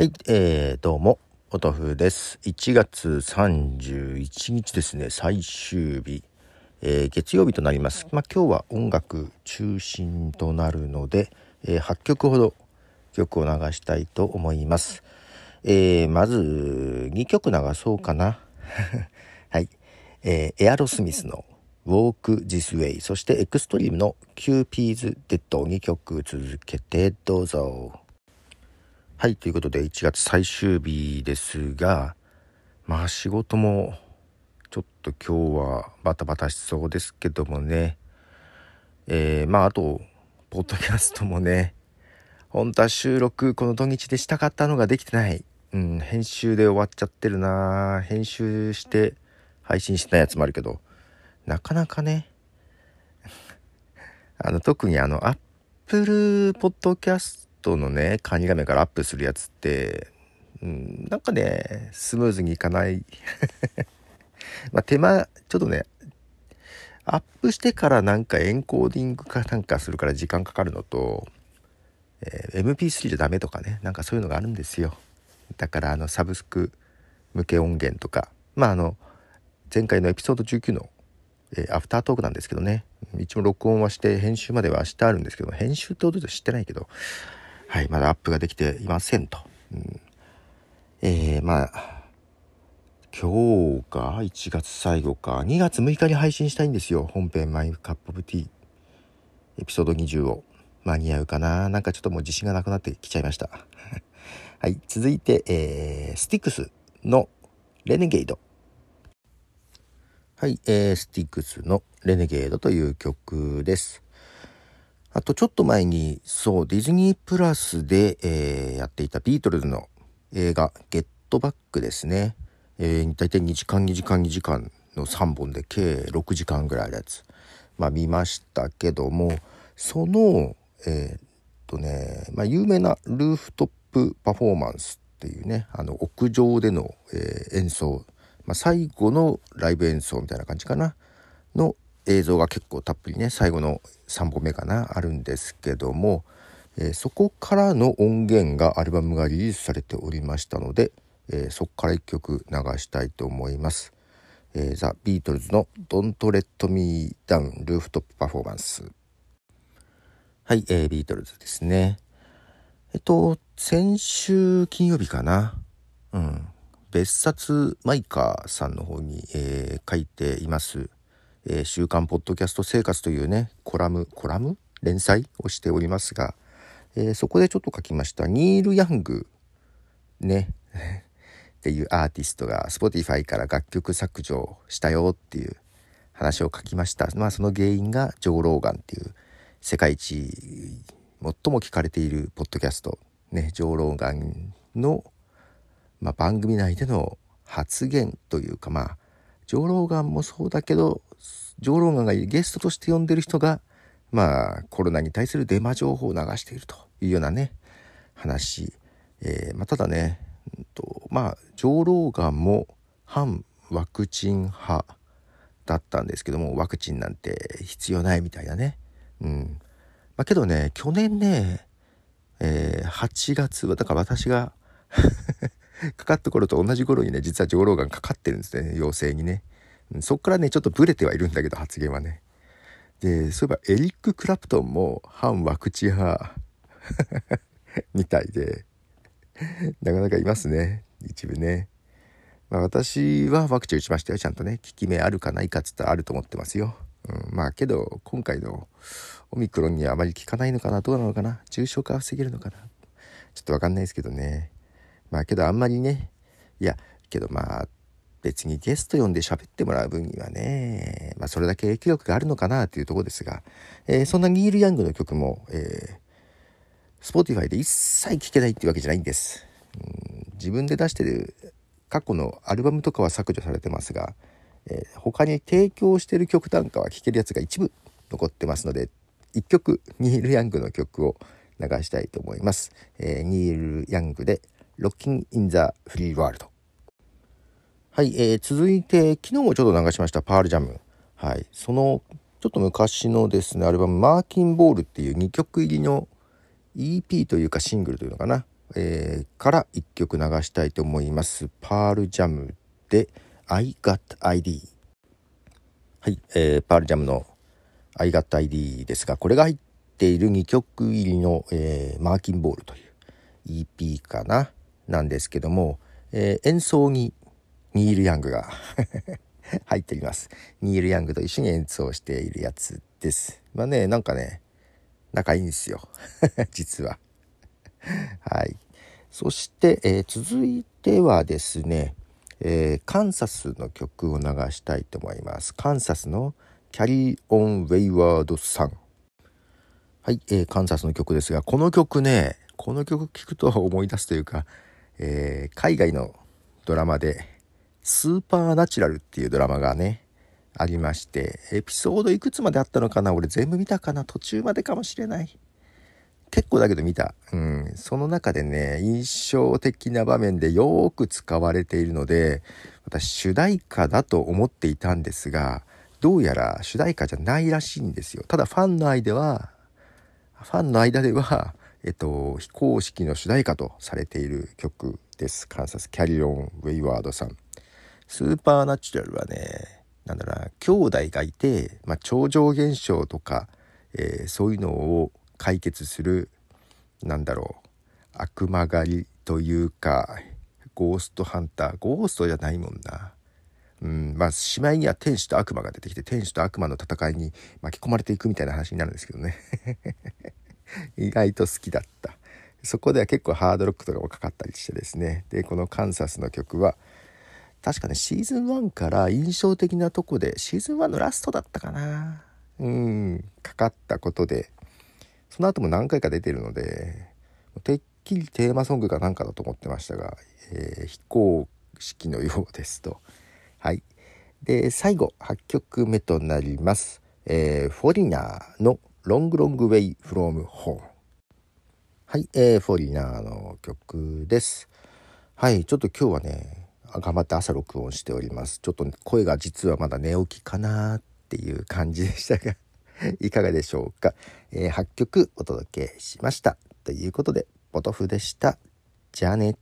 はい、どうも、おとふです。1月31日ですね、最終日、月曜日となります。今日は音楽中心となるので、8曲ほど曲を流したいと思います。まず2曲流そうかな。はい、エアロスミスの Walk This Way、 そしてエクストリームの Cupid's Dead、 2曲続けてどうぞ。はい、ということで1月最終日ですが、仕事もちょっと今日はバタバタしそうですけどもね、あとポッドキャストもね、本当は収録この土日でしたかったのができてない。編集で終わっちゃってるな。編集して配信してないやつもあるけど、なかなかね、特にApple Podcast のね、管理画面からアップするやつって、なんかね、スムーズにいかない手間、ちょっとね、アップしてからなんかエンコーディングかなんかするから時間かかるのと、MP3 じゃダメとかね、なんかそういうのがあるんですよ。だからサブスク向け音源とか、前回のエピソード19の、アフタートークなんですけどね、一応録音はして編集まではしてあるんですけど、編集ってことで知ってないけど、はい、まだアップができていませんと。今日が1月最後か、2月6日に配信したいんですよ、本編マイカップオブティーエピソード20を。間に合うかな。なんかちょっともう自信がなくなってきちゃいましたはい、続いて、スティックスのレネゲード。はい、スティックスのレネゲードという曲です。あとちょっと前にディズニープラスで、やっていたビートルズの映画ゲットバックですね。大体2時間の3本で計6時間ぐらいあるやつ、見ましたけども、その有名なルーフトップパフォーマンスっていうね、屋上での、演奏、最後のライブ演奏みたいな感じかなの映像が結構たっぷりね、最後の3本目かなあるんですけども、そこからの音源がアルバムがリリースされておりましたので、そこから1曲流したいと思います。ザ・ビートルズの Don't Let Me Down ルーフトップパフォーマンス。はい、ビートルズですね。先週金曜日かな、別冊マイカーさんの方に、書いています、週刊ポッドキャスト生活というね、コラム連載をしておりますが、そこでちょっと書きました。ニール・ヤングねっていうアーティストが Spotify から楽曲削除したよっていう話を書きました。その原因がジョー・ローガンっていう世界一最も聞かれているポッドキャストね、ジョー・ローガンの、番組内での発言というか、ジョー・ローガンもそうだけど、ジョー・ローガンがゲストとして呼んでる人がコロナに対するデマ情報を流しているというようなね話、ただね、ジョー・ローガンも反ワクチン派だったんですけども、ワクチンなんて必要ないみたいなね。けどね、去年ね、8月はだから私がかかった頃と同じ頃にね、実はジョー・ローガンかかってるんですね、陽性にね。そっからねちょっとブレてはいるんだけど、発言はね。で、そういえばエリック・クラプトンも反ワクチン派みたいで、なかなかいますね、一部ね。私はワクチン打ちましたよ、ちゃんとね。効き目あるかないかっつったらあると思ってますよ。けど今回のオミクロンにはあまり効かないのかな、どうなのかな、重症化は防げるのかな、ちょっとわかんないですけどね。けどあんまりね、別にゲスト呼んで喋ってもらう分にはね、それだけ影響力があるのかなというところですが、そんなニール・ヤングの曲も、Spotify で一切聴けないっていうわけじゃないんです。自分で出してる過去のアルバムとかは削除されてますが、他に提供してる曲なんかは聴けるやつが一部残ってますので、一曲ニール・ヤングの曲を流したいと思います。ニール・ヤングで Rockin' in the Free World。はい、続いて昨日もちょっと流しましたパールジャム。はい、そのちょっと昔のですねアルバムマーキンボールっていう2曲入りの EP というかシングルというのかな、 から1曲流したいと思います。パールジャムで I Got ID。 はい、パールジャムの I Got ID ですが、これが入っている2曲入りの、マーキンボールという EP かななんですけども、演奏にニール・ヤングが入っています。ニール・ヤングと一緒に演奏しているやつです。まあね、なんかね仲いいんですよ実は。はい。そして、続いてはですね、カンサスの曲を流したいと思います。カンサスのキャリー・オン・ウェイワード・サン。はい、カンサスの曲ですが、この曲聴くと思い出すというか、海外のドラマでスーパーナチュラルっていうドラマがねありまして、エピソードいくつまであったのかな、俺全部見たかな、途中までかもしれない、結構だけど見た。その中でね、印象的な場面でよく使われているので、私主題歌だと思っていたんですが、どうやら主題歌じゃないらしいんですよ。ただファンの間では、非公式の主題歌とされている曲です。カンサスキャリーオン・ウェイワードさん。スーパーナチュラルはね、なんだろうな、兄弟がいて、超常現象とか、そういうのを解決する、なんだろう、悪魔狩りというか、ゴーストハンター、ゴーストじゃないもんな。しまいには天使と悪魔が出てきて、天使と悪魔の戦いに巻き込まれていくみたいな話になるんですけどね意外と好きだった。そこでは結構ハードロックとかもかかったりしてですね。で、このカンサスの曲は確かね、シーズン1から印象的なとこで、シーズン1のラストだったかな、かかったことで、その後も何回か出てるので、てっきりテーマソングかなんかだと思ってましたが、非公式のようですと。はい。で、最後8曲目となります。フォリナーの Long Long Way From Home。はい、フォリナーの曲です。はい、ちょっと今日はね、頑張って朝録音しております。ちょっと声が実はまだ寝起きかなっていう感じでしたがいかがでしょうか。8曲お届けしました。ということで、ポトフでした。じゃあね。